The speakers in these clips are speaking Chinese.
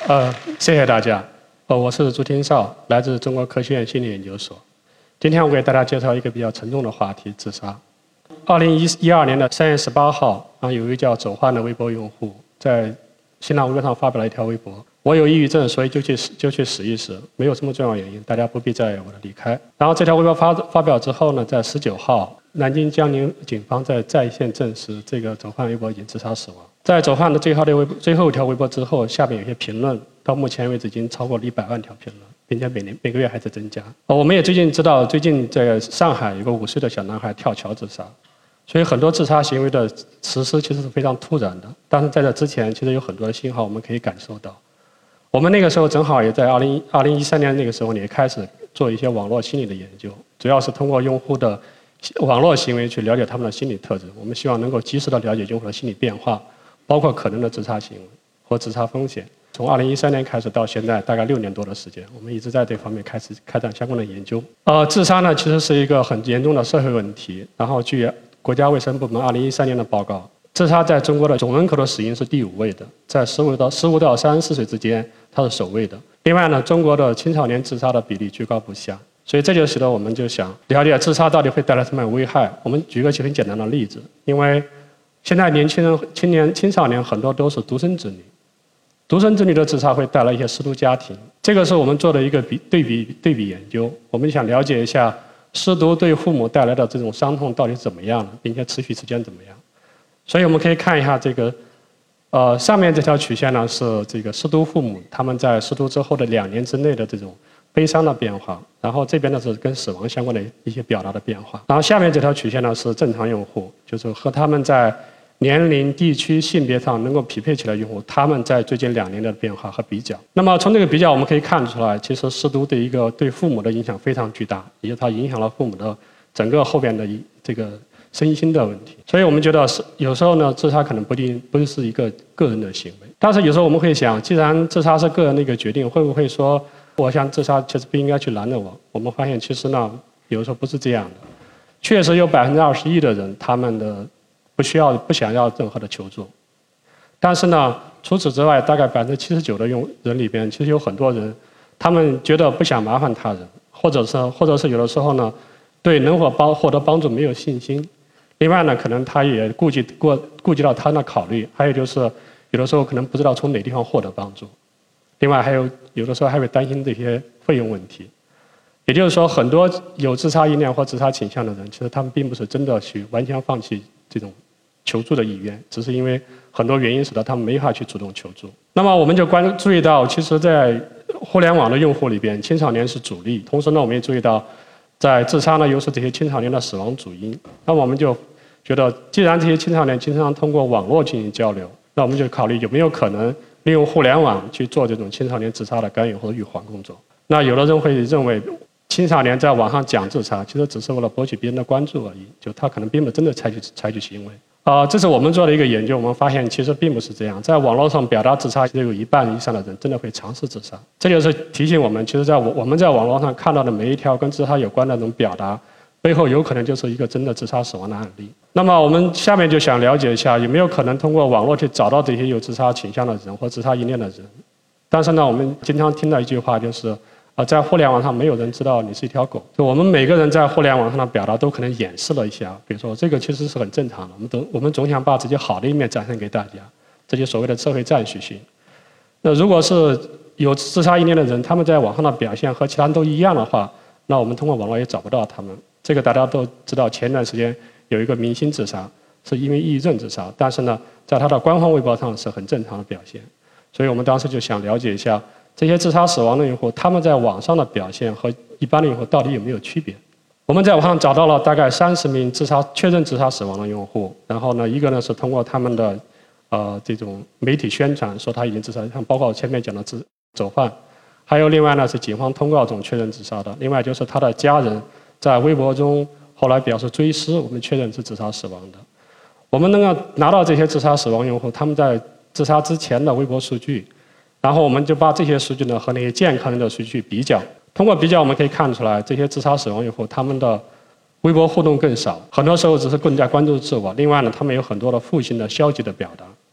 谢谢大家。我是朱天少，来自中国科学院心理研究所。今天我给大家介绍一个比较沉重的话题——自杀。2012年的3月18号，有一位叫走焕的微博用户在新浪微博上发表了一条微博：我有抑郁症，所以就去死一死，没有什么重要原因，大家不必在意我的离开。然后这条微博发表之后呢，在19号，南京江宁警方在线证实这个走焕微博已经自杀死亡。在走焕的最后一条微博之后，下面有些评论，到目前为止已经超过了100万条评论，并且每个月还在增加。我们也最近知道，最近在上海有个5岁的小男孩跳桥自杀，所以很多自杀行为的实施其实是非常突然的。但是在这之前，其实有很多的信号我们可以感受到。我们那个时候正好也在2013年那个时候也开始做一些网络心理的研究，主要是通过用户的网络行为去了解他们的心理特质。我们希望能够及时的了解用户的心理变化，包括可能的自杀行为或自杀风险。从2013年开始到现在，大概6年多的时间，我们一直在这方面开展相关的研究。自杀呢，其实是一个很严重的社会问题。然后据国家卫生部门2013年的报告，自杀在中国的总人口的死因是第5位的，在15到34岁之间，它是首位的。另外呢，中国的青少年自杀的比例居高不下，所以这就使得我们就想了解自杀到底会带来什么样的危害。我们举个很简单的例子，因为现在青少年很多都是独生子女，独生子女的自杀会带来一些失独家庭，这个是我们做的一个对比研究。我们想了解一下失独对父母带来的这种伤痛到底怎么样了，并且持续时间怎么样。所以我们可以看一下这个，上面这条曲线呢是这个失独父母他们在失独之后的2年之内的这种悲伤的变化，然后这边呢是跟死亡相关的一些表达的变化。然后下面这条曲线呢是正常用户，就是和他们在年龄、地区、性别上能够匹配起来的用户，他们在最近2年的变化和比较。那么从这个比较我们可以看出来，其实失独对父母的影响非常巨大，也就是它影响了父母的整个后边的这个身心的问题。所以我们觉得有时候呢，自杀可能不是一个个人的行为。但是有时候我们会想，既然自杀是个人的一个决定，会不会说我想自杀其实不应该去拦着我？我们发现其实呢，有时候不是这样的。确实有21%的人，他们的不想要任何的求助，但是呢，除此之外，大概79%的人里边，其实有很多人，他们觉得不想麻烦他人，或者是有的时候呢，对能否获得帮助没有信心。另外呢，可能他也顾及到他人的考虑，还有就是有的时候可能不知道从哪地方获得帮助。另外有的时候还会担心这些费用问题。也就是说，很多有自杀意念或自杀倾向的人，其实他们并不是真的去完全放弃这种求助的意愿，只是因为很多原因使得他们没法去主动求助。那么我们就注意到，其实在互联网的用户里边，青少年是主力。同时呢，我们也注意到，在自杀呢又是这些青少年的死亡主因。那么我们就觉得，既然这些青少年经常通过网络进行交流，那我们就考虑有没有可能利用互联网去做这种青少年自杀的干预或者预防工作。那有的人会认为，青少年在网上讲自杀，其实只是为了博取别人的关注而已，就他可能并不真的采取行为。这是我们做的一个研究，我们发现其实并不是这样。在网络上表达自杀，其实有1半以上的人真的会尝试自杀。这就是提醒我们，其实我们在网络上看到的每一条跟自杀有关的这种表达，背后有可能就是一个真的自杀死亡的案例。那么我们下面就想了解一下，有没有可能通过网络去找到这些有自杀倾向的人或自杀意念的人。但是呢，我们经常听到一句话，就是在互联网上没有人知道你是一条狗。就我们每个人在互联网上的表达都可能掩饰了一下，比如说这个其实是很正常的，我们总想把自己好的一面展现给大家，这就所谓的社会赞许性。那如果是有自杀意念的人，他们在网上的表现和其他人都一样的话，那我们通过网络也找不到他们。这个大家都知道，前段时间有一个明星自杀，是因为抑郁症自杀，但是呢，在他的官方微博上是很正常的表现。所以我们当时就想了解一下，这些自杀死亡的用户，他们在网上的表现和一般的用户到底有没有区别？我们在网上找到了大概30名确认自杀死亡的用户，然后呢，一个呢是通过他们的这种媒体宣传说他已经自杀，像包括前面讲的走焕，还有另外呢是警方通告中确认自杀的，另外就是他的家人在微博中后来表示追思，我们确认是自杀死亡的。我们能够拿到这些自杀死亡用户他们在自杀之前的微博数据，然后我们就把这些数据呢和那些健康人的数据比较。通过比较，我们可以看出来，这些自杀死亡用户他们的微博互动更少，很多时候只是更加关注自我。另外呢，他们有很多的负性的消极的表达。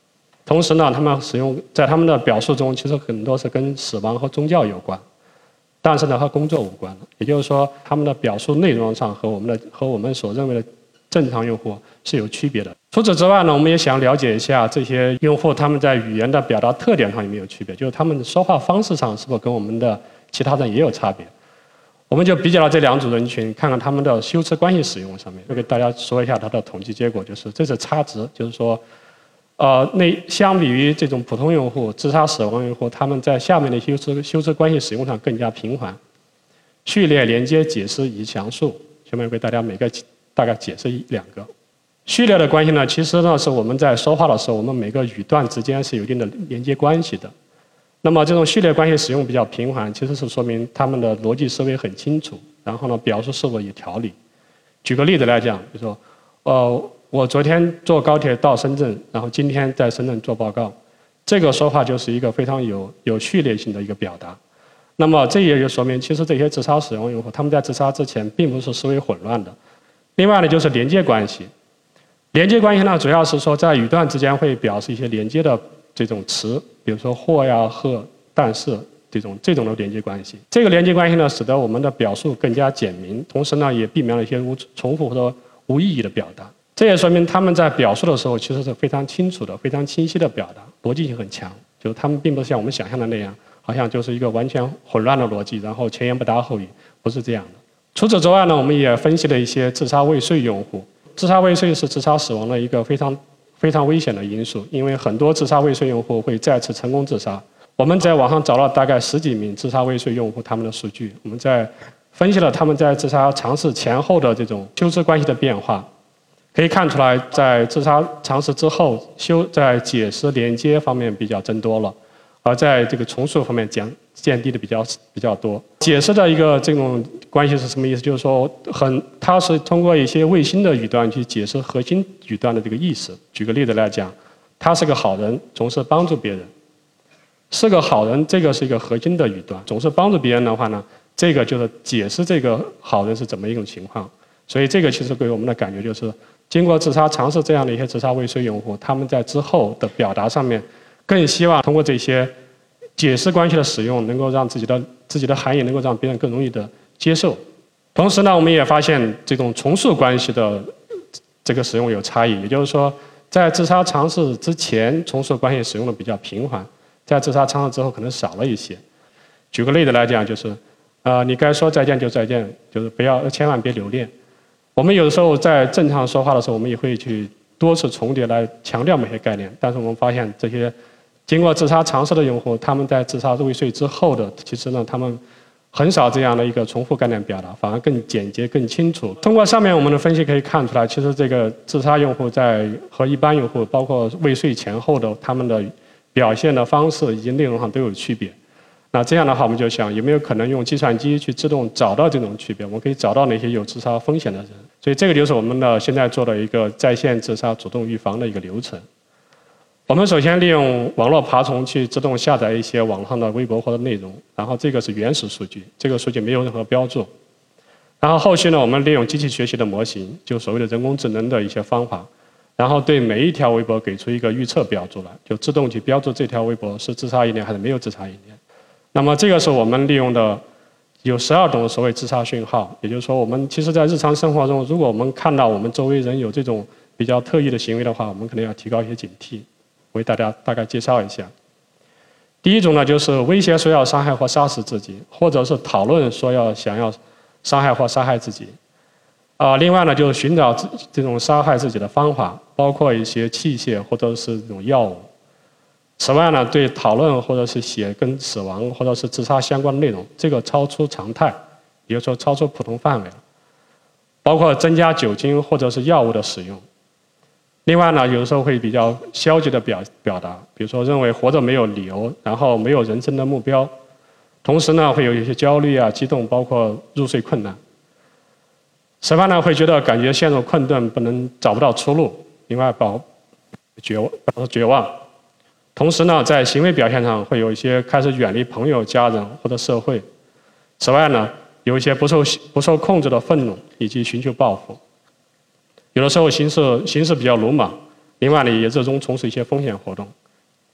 同时呢，他们在他们的表述中，其实很多是跟死亡和宗教有关，但是呢和工作无关的。也就是说，他们的表述内容上和我们所认为的正常用户是有区别的。除此之外呢，我们也想了解一下这些用户他们在语言的表达特点上有没有区别，就是他们的说话方式上是否跟我们的其他人也有差别。我们就比较了这两组人群，看看他们的修辞关系使用上面，就给大家说一下它的统计结果，就是这是差值，就是说，相比于这种普通用户、自杀死亡用户，他们在下面的修辞关系使用上更加频繁。序列、连接、解释以及详述，下面给大家每个大概解释两个。序列的关系呢，其实呢是我们在说话的时候，我们每个语段之间是有一定的连接关系的。那么这种序列关系使用比较频繁，其实是说明他们的逻辑思维很清楚，然后呢表述是否有条理。举个例子来讲，比如说，我昨天坐高铁到深圳，然后今天在深圳做报告，这个说话就是一个非常有序列性的一个表达。那么这也就说明，其实这些自杀死亡用户，他们在自杀之前并不是思维混乱的。另外呢，就是连接关系。连接关系呢，主要是说在语段之间会表示一些连接的这种词，比如说或呀、和、但是这种的连接关系。这个连接关系呢，使得我们的表述更加简明，同时呢，也避免了一些重复或者无意义的表达。这也说明他们在表述的时候其实是非常清楚的、非常清晰的表达，逻辑性很强。就是他们并不是像我们想象的那样，好像就是一个完全混乱的逻辑，然后前言不搭后语，不是这样的。除此之外呢，我们也分析了一些自杀未遂用户。自杀未遂是自杀死亡的一个非常危险的因素，因为很多自杀未遂用户会再次成功自杀。我们在网上找了大概10几名自杀未遂用户他们的数据，我们在分析了他们在自杀尝试前后的这种修辞关系的变化，可以看出来，在自杀尝试之后，在解释连接方面比较增多了，而在这个重述方面降低的比较多。解释的一个这种关系是什么意思？就是说，它是通过一些卫星的语段去解释核心语段的这个意思。举个例子来讲，他是个好人，总是帮助别人。是个好人，这个是一个核心的语段。总是帮助别人的话呢，这个就是解释这个好人是怎么一种情况。所以这个其实给我们的感觉就是，经过自杀尝试这样的一些自杀未遂用户，他们在之后的表达上面，更希望通过这些解释关系的使用，能够让自己的含义能够让别人更容易的接受。同时呢，我们也发现这种重述关系的这个使用有差异，也就是说，在自杀尝试之前，重述关系使用的比较频繁，在自杀尝试之后可能少了一些。举个例子来讲，就是你该说再见就再见，就是千万别留恋。我们有的时候在正常说话的时候，我们也会去多次重叠来强调某些概念，但是我们发现这些经过自杀尝试的用户，他们在自杀未遂之后的，其实呢，他们很少这样的一个重复概念表达，反而更简洁、更清楚。通过上面我们的分析可以看出来，其实这个自杀用户和一般用户，包括未遂前后的他们的表现的方式以及内容上都有区别。那这样的话，我们就想有没有可能用计算机去自动找到这种区别？我们可以找到哪些有自杀风险的人。所以这个就是我们现在做的一个在线自杀主动预防的一个流程。我们首先利用网络爬虫去自动下载一些网上的微博或者内容，然后这个是原始数据，这个数据没有任何标注。然后后续呢，我们利用机器学习的模型，就所谓的人工智能的一些方法，然后对每一条微博给出一个预测标注来，就自动去标注这条微博是自杀意念还是没有自杀意念。那么这个是我们利用的有12种所谓自杀讯号，也就是说，我们其实在日常生活中，如果我们看到我们周围人有这种比较特异的行为的话，我们可能要提高一些警惕。我为大家大概介绍一下。第一种呢，就是威胁说要伤害或杀死自己，或者是讨论说想要伤害或杀害自己。另外呢，就是寻找这种杀害自己的方法，包括一些器械或者是这种药物。此外呢，对讨论或者是写跟死亡或者是自杀相关的内容，这个超出常态，也就是说超出普通范围了。包括增加酒精或者是药物的使用。另外呢，有的时候会比较消极的表达，比如说认为活着没有理由，然后没有人生的目标，同时呢会有一些焦虑啊、激动，包括入睡困难。此外呢，会觉得感觉陷入困顿，找不到出路，另外表示绝望。同时呢，在行为表现上会有一些开始远离朋友、家人或者社会。此外呢，有一些不受控制的愤怒以及寻求报复。有的时候行事比较鲁莽，另外呢也热衷从事一些风险活动。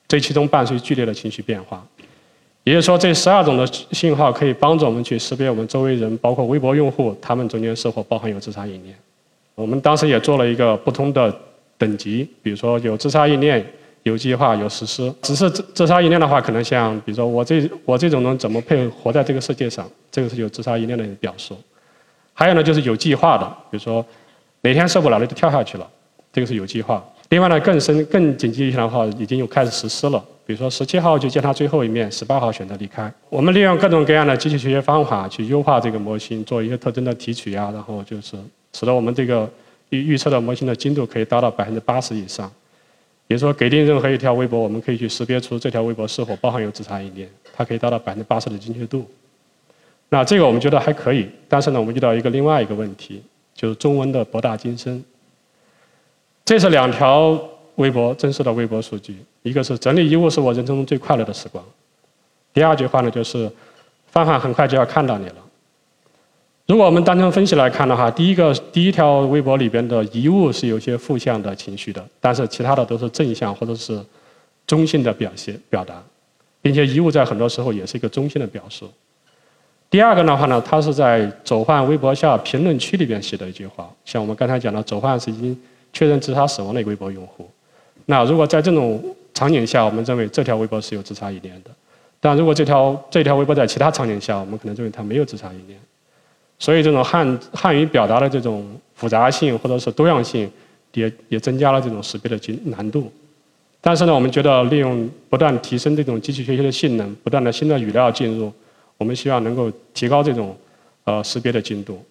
这其中伴随剧烈的情绪变化。也就是说，这12种的信号可以帮助我们去识别我们周围人，包括微博用户，他们中间是否包含有自杀意念。我们当时也做了一个不同的等级，比如说有自杀意念、有计划、有实施。只是自杀意念的话，可能像比如说我这种人怎么配活在这个世界上，这个是有自杀意念的表述。还有呢，就是有计划的，比如说哪天受不了了就跳下去了，这个是有计划。另外呢，更紧急一些的话，已经有开始实施了。比如说17号就见他最后一面，18号选择离开。我们利用各种各样的机器学习方法去优化这个模型，做一些特征的提取啊，然后就是使得我们这个预测的模型的精度可以达到80%以上。也就是说，给定任何一条微博，我们可以去识别出这条微博是否包含有自杀意念，它可以达到80%的精确度。那这个我们觉得还可以，但是呢，我们遇到另外一个问题，就是中文的博大精深。这是2条微博真实的微博数据，一个是整理衣物是我人生中最快乐的时光，第2句话呢就是范范很快就要看到你了。如果我们单纯分析来看的话，第一条微博里边的遗物是有些负向的情绪的，但是其他的都是正向或者是中性的表达，并且遗物在很多时候也是一个中性的表述。第2个的话呢，他是在走患微博下评论区里边写的一句话，像我们刚才讲的，走患是已经确认自杀死亡的一个微博用户。那如果在这种场景下，我们认为这条微博是有自杀意念的；但如果这条微博在其他场景下，我们可能认为它没有自杀意念。所以这种汉语表达的这种复杂性或者是多样性，也增加了这种识别的难度。但是呢，我们觉得利用不断提升这种机器学习的性能，不断的新的语料进入，我们希望能够提高这种识别的精度。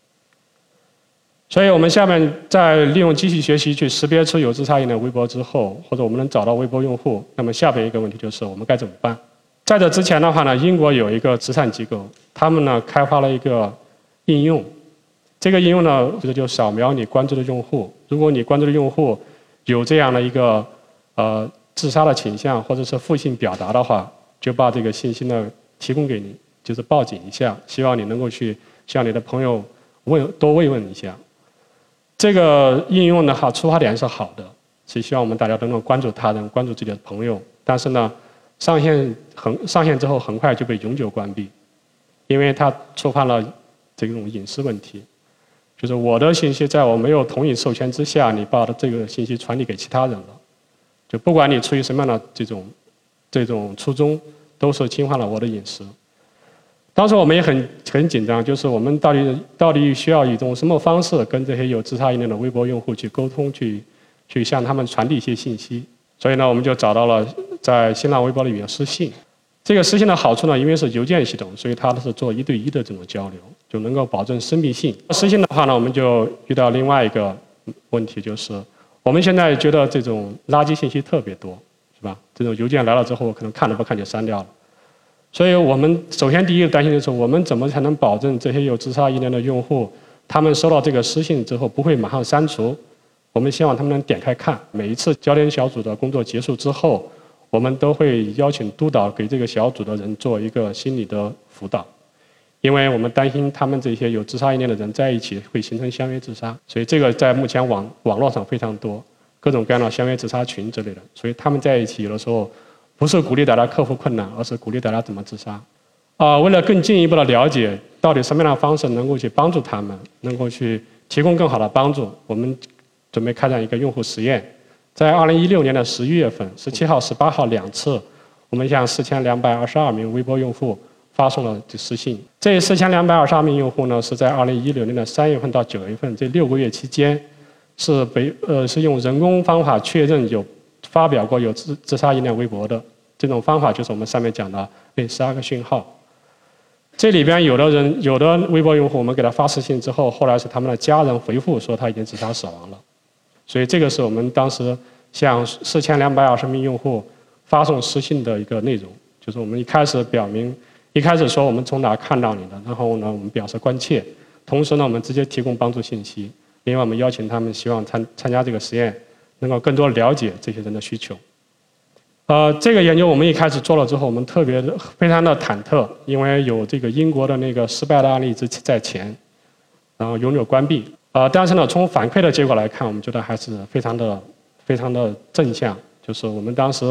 所以我们下面在利用机器学习去识别出有自杀意念的微博之后，或者我们能找到微博用户，那么下边一个问题就是我们该怎么办？在这之前的话呢，英国有一个慈善机构，他们呢开发了一个应用，这个应用呢就扫描你关注的用户，如果你关注的用户有这样的一个自杀的倾向或者是负性表达的话，就把这个信息呢提供给你，就是报警一下，希望你能够去向你的朋友多慰问一下。这个应用的话，出发点是好的，是希望我们大家都能关注他人，关注自己的朋友。但是呢，上线之后很快就被永久关闭，因为它触犯了这种隐私问题。就是我的信息在我没有同意授权之下，你把这个信息传递给其他人了，就不管你出于什么样的这种初衷，都是侵犯了我的隐私。当时我们也很紧张，就是我们到底需要以一种什么方式跟这些有自杀意念的微博用户去沟通，去向他们传递一些信息。所以呢，我们就找到了在新浪微博里面私信。这个私信的好处呢，因为是邮件系统，所以它是做1对1的这种交流，就能够保证私密性。私信的话呢，我们就遇到另外一个问题，就是我们现在觉得这种垃圾信息特别多，是吧？这种邮件来了之后，可能看都不看就删掉了。所以我们首先第一个担心的是，我们怎么才能保证这些有自杀意念的用户，他们收到这个私信之后不会马上删除？我们希望他们能点开看。每一次焦点小组的工作结束之后，我们都会邀请督导给这个小组的人做一个心理的辅导，因为我们担心他们这些有自杀意念的人在一起会形成相约自杀，所以这个在目前网络上非常多，各种各样的相约自杀群之类的，所以他们在一起有的时候不是鼓励大家克服困难，而是鼓励大家怎么自杀。为了更进一步的了解到底什么样的方式能够去帮助他们，能够去提供更好的帮助，我们准备开展一个用户实验。在2016年的11月份，17号、18号2次，我们向4222名微博用户发送了私信。这4222名用户呢，是在2016年的3月份到9月份这6个月期间，是用人工方法确认有发表过有自杀意念微博的。这种方法就是我们上面讲的那12个讯号。这里边有的微博用户，我们给他发私信之后，后来是他们的家人回复说他已经自杀死亡了。所以这个是我们当时向4220名用户发送私信的一个内容，就是我们一开始说我们从哪看到你的，然后呢我们表示关切，同时呢我们直接提供帮助信息，另外我们邀请他们希望参加这个实验，能够更多了解这些人的需求。这个研究我们一开始做了之后，我们非常的忐忑，因为有这个英国的那个失败的案例在前，然后永久关闭。但是呢，从反馈的结果来看，我们觉得还是非常的正向。就是我们当时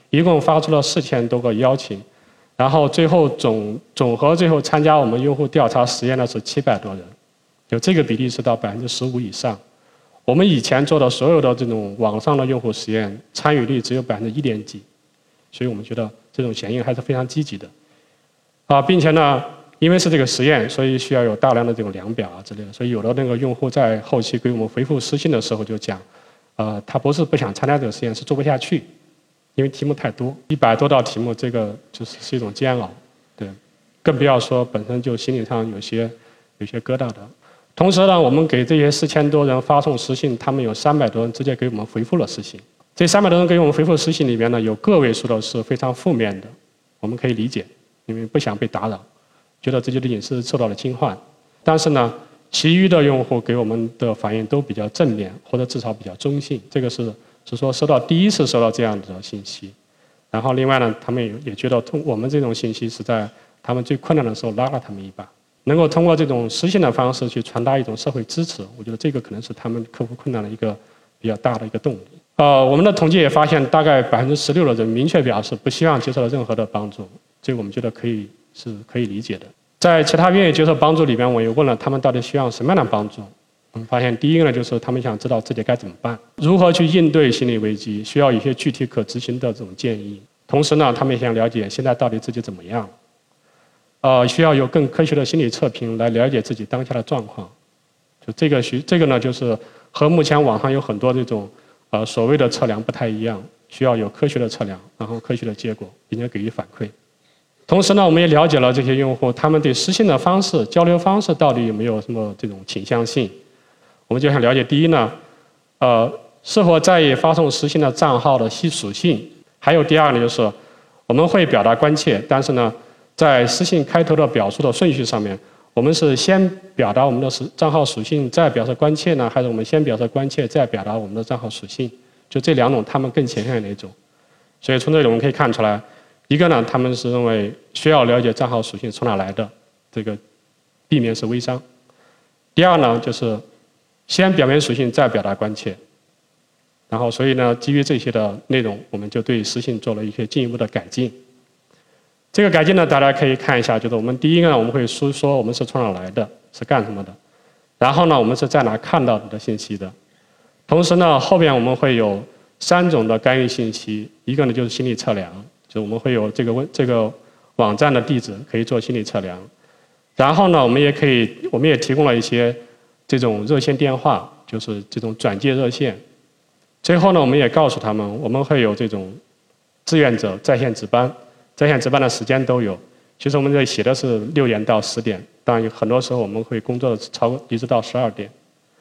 一共发出了4000多个邀请，然后最后总和最后参加我们用户调查实验的是700多人，就这个比例是到15%以上。我们以前做的所有的这种网上的用户实验，参与率只有1点几，所以我们觉得这种响应还是非常积极的。并且呢，因为是这个实验，所以需要有大量的这种量表之类的，所以有的那个用户在后期给我们回复私信的时候就讲，他不是不想参加这个实验，是做不下去，因为题目太多，100多道题目，这个是一种煎熬，对，更不要说本身就心理上有些疙瘩的。同时呢，我们给这些4000多人发送私信，他们有300多人直接给我们回复了私信。这300多人给我们回复私信里面呢，有个位数的是非常负面的，我们可以理解。因为不想被打扰，觉得自己的隐私受到了侵犯。但是呢，其余的用户给我们的反应都比较正面，或者至少比较中性。这个是说第一次收到这样的信息。然后另外呢，他们也觉得我们这种信息是在他们最困难的时候拉了他们一把，能够通过这种私信的方式去传达一种社会支持。我觉得这个可能是他们克服困难的一个比较大的一个动力。我们的统计也发现，大概16%的人明确表示不希望接受到任何的帮助。这个我们觉得可以理解的。在其他愿意接受帮助里边，我也问了他们到底需要什么样的帮助。我们发现，第一个呢，就是他们想知道自己该怎么办，如何去应对心理危机，需要一些具体可执行的这种建议。同时呢，他们也想了解现在到底自己怎么样，需要有更科学的心理测评来了解自己当下的状况。就这个呢，就是和目前网上有很多这种所谓的测量不太一样，需要有科学的测量，然后科学的结果，并且给予反馈。同时呢，我们也了解了这些用户他们对私信的方式、交流方式到底有没有什么这种倾向性。我们就想了解，第一呢，是否在意发送私信的账号的属性，还有第二呢，就是我们会表达关切，但是呢，在私信开头的表述的顺序上面，我们是先表达我们的账号属性，再表示关切呢，还是我们先表示关切，再表达我们的账号属性？就这两种，他们更倾向于哪种？所以从这里我们可以看出来。一个呢，他们是认为需要了解账号属性从哪来的，这个避免是微商。第二呢，就是先表明属性，再表达关切。然后，所以呢，基于这些的内容，我们就对私信做了一些进一步的改进。这个改进呢，大家可以看一下，就是我们第一个呢，我们会说我们是从哪来的，是干什么的。然后呢，我们是在哪看到的信息的。同时呢，后边我们会有3种的干预信息，一个呢就是心理测量。就我们会有这个网站的地址可以做心理测量，然后呢，我们也提供了一些这种热线电话，就是这种转介热线。最后呢，我们也告诉他们，我们会有这种志愿者在线值班，在线值班的时间都有。其实我们这里写的是6点到10点，当然很多时候我们会工作一直到12点。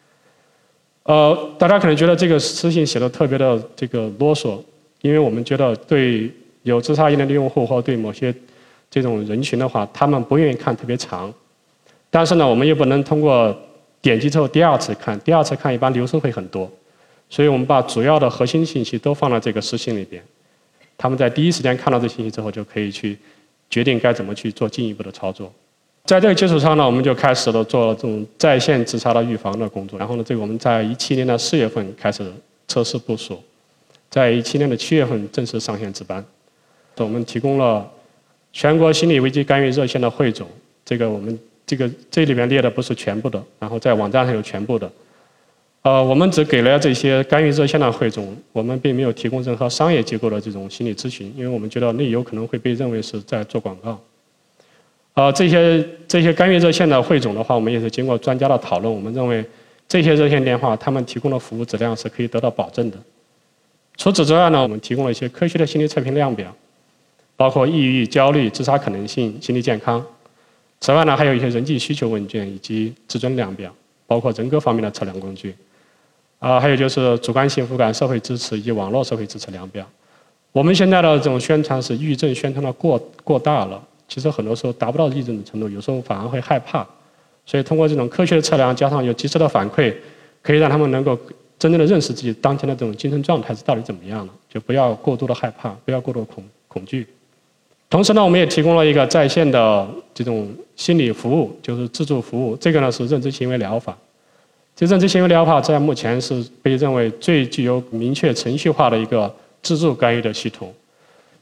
大家可能觉得这个私信写的特别的这个啰嗦，因为我们觉得对有自杀意念的用户或对某些这种人群的话，他们不愿意看特别长。但是呢，我们也不能通过点击之后第二次看一般流失会很多，所以我们把主要的核心信息都放到这个私信里边。他们在第一时间看到这信息之后，就可以去决定该怎么去做进一步的操作。在这个基础上呢，我们就开始了做这种在线自杀的预防的工作。然后呢，这个我们在17年的4月份开始测试部署，在17年的7月份正式上线值班。我们提供了全国心理危机干预热线的汇总，这里面列的不是全部的，然后在网站上有全部的。我们只给了这些干预热线的汇总，我们并没有提供任何商业机构的这种心理咨询，因为我们觉得那有可能会被认为是在做广告。这些干预热线的汇总的话，我们也是经过专家的讨论，我们认为这些热线电话他们提供的服务质量是可以得到保证的。除此之外呢，我们提供了一些科学的心理测评量表，包括抑郁、焦虑、自杀可能性、心理健康。此外呢，还有一些人际需求问卷以及自尊量表，包括人格方面的测量工具。还有就是主观幸福感、社会支持以及网络社会支持量表。我们现在的这种宣传是抑郁症宣传的过大了，其实很多时候达不到抑郁症的程度，有时候反而会害怕。所以通过这种科学的测量，加上有及时的反馈，可以让他们能够真正的认识自己当前的这种精神状态是到底怎么样的，就不要过度的害怕，不要过度恐惧。同时呢，我们也提供了一个在线的这种心理服务，就是自助服务。这个呢是认知行为疗法。这认知行为疗法在目前是被认为最具有明确程序化的一个自助干预的系统。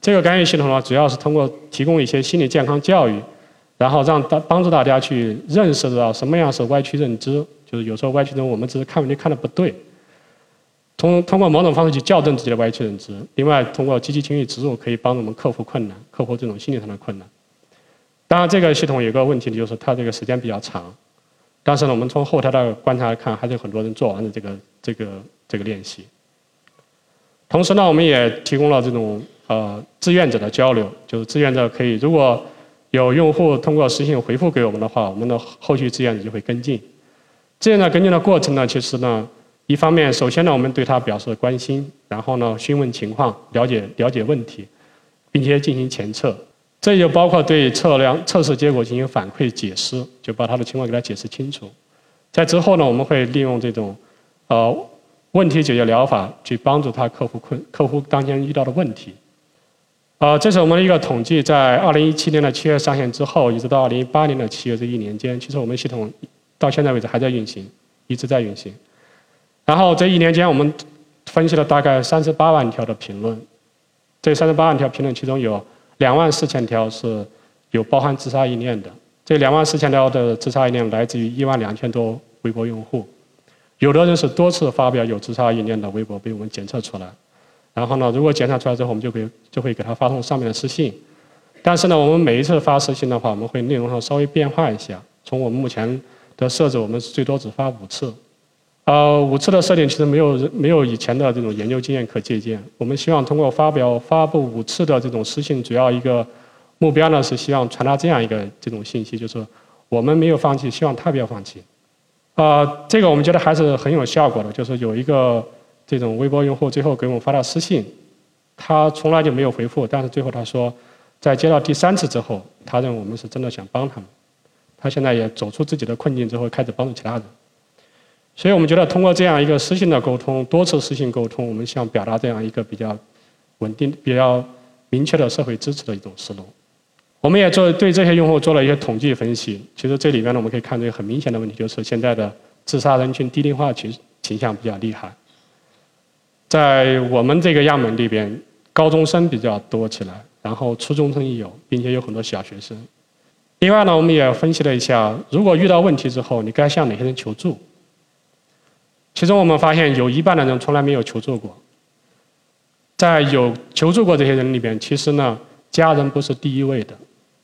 这个干预系统呢，主要是通过提供一些心理健康教育，然后帮助大家去认识到什么样是歪曲认知，就是有时候歪曲认知我们只是看问题看得不对，通过某种方式去校正自己的歪曲认知。另外，通过积极情绪植入可以帮助我们克服困难，克服这种心理上的困难。当然，这个系统有个问题，就是它这个时间比较长，但是呢，我们从后台的观察来看，还是有很多人做完了这个练习。同时呢，我们也提供了这种志愿者的交流，就是志愿者可以，如果有用户通过私信回复给我们的话，我们的后续志愿者就会跟进。志愿者跟进的过程呢，其实呢，一方面，首先呢，我们对他表示关心，然后呢，询问情况，了解问题，并且进行前测。这就包括对测试结果进行反馈解释，就把他的情况给他解释清楚。在之后呢，我们会利用这种问题解决疗法去帮助他克服当前遇到的问题。这是我们的一个统计，在2017年的7月上线之后，一直到2018年的7月这1年间，其实我们系统到现在为止还在运行，一直在运行。然后这1年间，我们分析了大概38万条的评论，这38万条评论其中有24000条是有包含自杀意念的，这24000条的自杀意念来自于12000多微博用户，有的人是多次发表有自杀意念的微博被我们检测出来。然后呢，如果检查出来之后，我们就会给他发送上面的私信。但是呢，我们每一次发私信的话，我们会内容上稍微变化一下。从我们目前的设置，我们最多只发5次。5次的设定其实没有以前的这种研究经验可借鉴。我们希望通过发布5次的这种私信，主要一个目标呢是希望传达这样一个这种信息，就是我们没有放弃，希望他不要放弃。这个我们觉得还是很有效果的，就是有一个这种微博用户最后给我们发了私信，他从来就没有回复，但是最后他说，在接到第3次之后，他认为我们是真的想帮他们，他现在也走出自己的困境之后，开始帮助其他人。所以我们觉得通过这样一个私信的沟通，多次私信沟通，我们想表达这样一个比较稳定、比较明确的社会支持的一种思路。我们也对这些用户做了一些统计分析，其实这里面呢，我们可以看出一个很明显的问题，就是现在的自杀人群低龄化倾向比较厉害。在我们这个样本里边，高中生比较多起来，然后初中生也有，并且有很多小学生。另外呢，我们也分析了一下，如果遇到问题之后，你该向哪些人求助？其中我们发现有1半的人从来没有求助过。在有求助过这些人里边，其实呢，家人不是第一位的，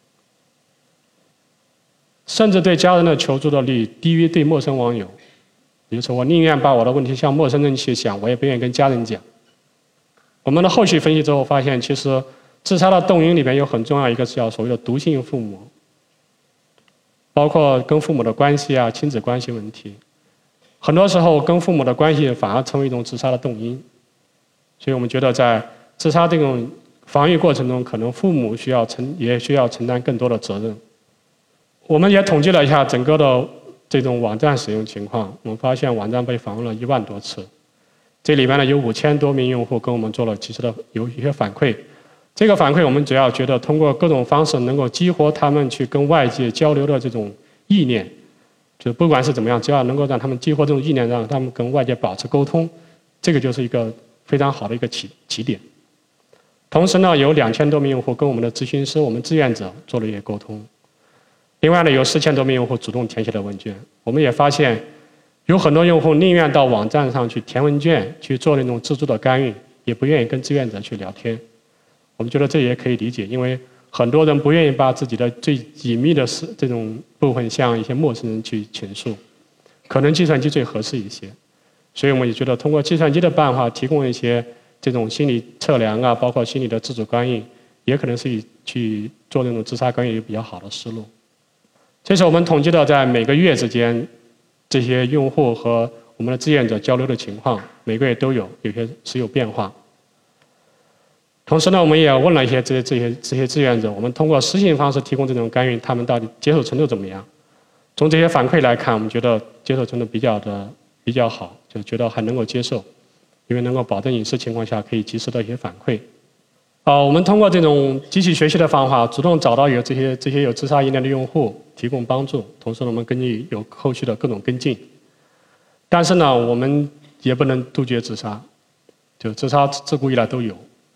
甚至对家人的求助的率低于对陌生网友。比如说，我宁愿把我的问题向陌生人去想，我也不愿意跟家人讲。我们的后续分析之后发现，其实自杀的动因里面有很重要一个是叫所谓的毒性父母，包括跟父母的关系啊、亲子关系问题。很多时候跟父母的关系反而成为一种自杀的动因。所以我们觉得在自杀这种防御过程中，可能父母也需要承担更多的责任。我们也统计了一下整个的这种网站使用情况，我们发现网站被访问了1万多次，这里面呢有5000多名用户跟我们做了及时的有一些反馈。这个反馈我们主要觉得通过各种方式能够激活他们去跟外界交流的这种意念，就不管是怎么样，只要能够让他们激活这种意念，让他们跟外界保持沟通，这个就是一个非常好的一个起点。同时呢，有2000多名用户跟我们的咨询师、我们志愿者做了一些沟通。另外呢，有4000多名用户主动填写了问卷。我们也发现，有很多用户宁愿到网站上去填问卷，去做那种自助的干预，也不愿意跟志愿者去聊天。我们觉得这也可以理解，因为很多人不愿意把自己的最隐秘的这种部分向一些陌生人去倾诉，可能计算机最合适一些。所以我们也觉得通过计算机的办法提供一些这种心理测量啊，包括心理的自主干预，也可能是去做那种自杀干预比较好的思路。这是我们统计的在每个月之间这些用户和我们的志愿者交流的情况，每个月都有些是有变化。同时呢，我们也问了一些这些志愿者，我们通过私信方式提供这种干预，他们到底接受程度怎么样？从这些反馈来看，我们觉得接受程度比较好，就觉得还能够接受，因为能够保证隐私情况下可以及时的一些反馈。我们通过这种机器学习的方法，主动找到有这些有自杀意念的用户，提供帮助。同时呢，我们根据有后续的各种跟进。但是呢，我们也不能杜绝自杀，就自杀自古以来都有。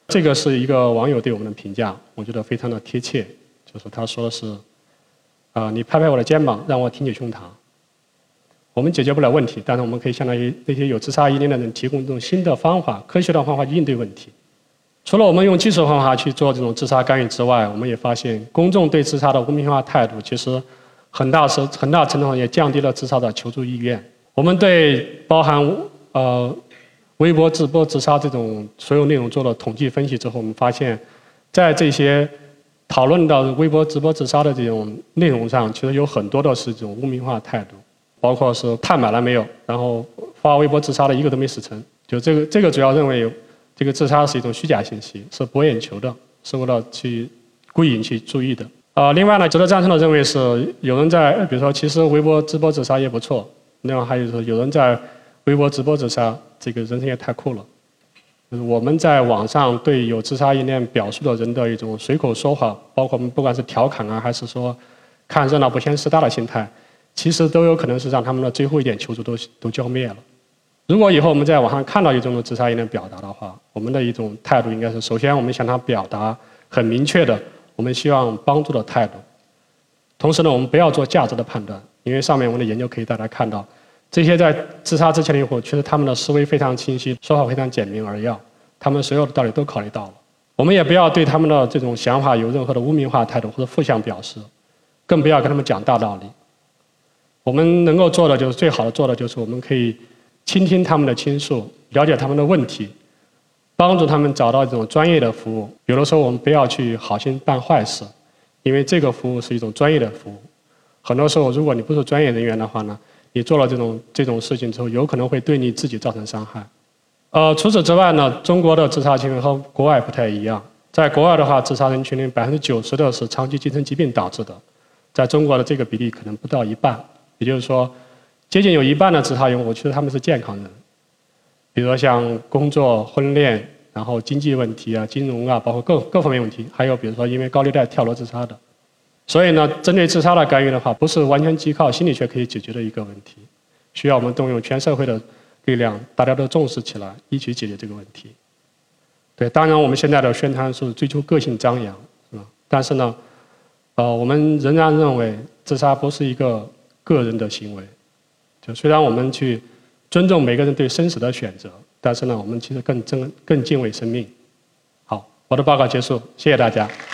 这个是一个网友对我们的评价，我觉得非常的贴切，就是他说的是，你拍拍我的肩膀，让我挺起胸膛。我们解决不了问题，但是我们可以相当于那些有自杀疑虑的人提供这种新的方法、科学的方法去应对问题。除了我们用技术方法去做这种自杀干预之外，我们也发现公众对自杀的污名化态度，其实很大程度上也降低了自杀的求助意愿。我们对包含微博直播自杀这种所有内容做了统计分析之后，我们发现，在这些讨论到微博直播自杀的这种内容上，其实有很多的是这种污名化态度，包括是碳买了没有，然后发微博自杀的一个都没死成，就这个主要认为这个自杀是一种虚假信息，是博眼球的，是为了去故意引起注意的。另外呢，值得赞成的认为是有人在，比如说其实微博直播自杀也不错，另外还有就是有人在微博直播自杀，这个人生也太酷了。就是我们在网上对有自杀意念表述的人的一种随口说话，包括我们不管是调侃啊，还是说看热闹不嫌事大的心态，其实都有可能是让他们的最后一点求助都浇灭了。如果以后我们在网上看到一种自杀意念表达的话，我们的一种态度应该是：首先我们向他表达很明确的我们希望帮助的态度，同时呢，我们不要做价值的判断，因为上面我们的研究可以大家看到，这些在自杀之前的用户，其实他们的思维非常清晰，说法非常简明扼要，他们所有的道理都考虑到了。我们也不要对他们的这种想法有任何的污名化态度或者负向表示，更不要跟他们讲大道理。我们能够做的就是最好的做的就是我们可以倾听他们的倾诉，了解他们的问题，帮助他们找到这种专业的服务。有的时候我们不要去好心办坏事，因为这个服务是一种专业的服务。很多时候，如果你不是专业人员的话呢，你做了这种事情之后，有可能会对你自己造成伤害。除此之外呢，中国的自杀行为和国外不太一样。在国外的话，自杀人群里90%的是长期精神疾病导致的，在中国的这个比例可能不到一半，也就是说，接近有一半的自杀用户，其实他们是健康人，比如说像工作、婚恋，然后经济问题啊、金融啊，包括各方面问题，还有比如说因为高利贷跳楼自杀的。所以呢，针对自杀的干预的话，不是完全依靠心理学可以解决的一个问题，需要我们动用全社会的力量，大家都重视起来，一起解决这个问题。对，当然我们现在的宣传是追求个性张扬，是吧？但是呢，我们仍然认为自杀不是一个个人的行为。就虽然我们去尊重每个人对生死的选择，但是呢，我们其实更敬畏生命。好，我的报告结束，谢谢大家。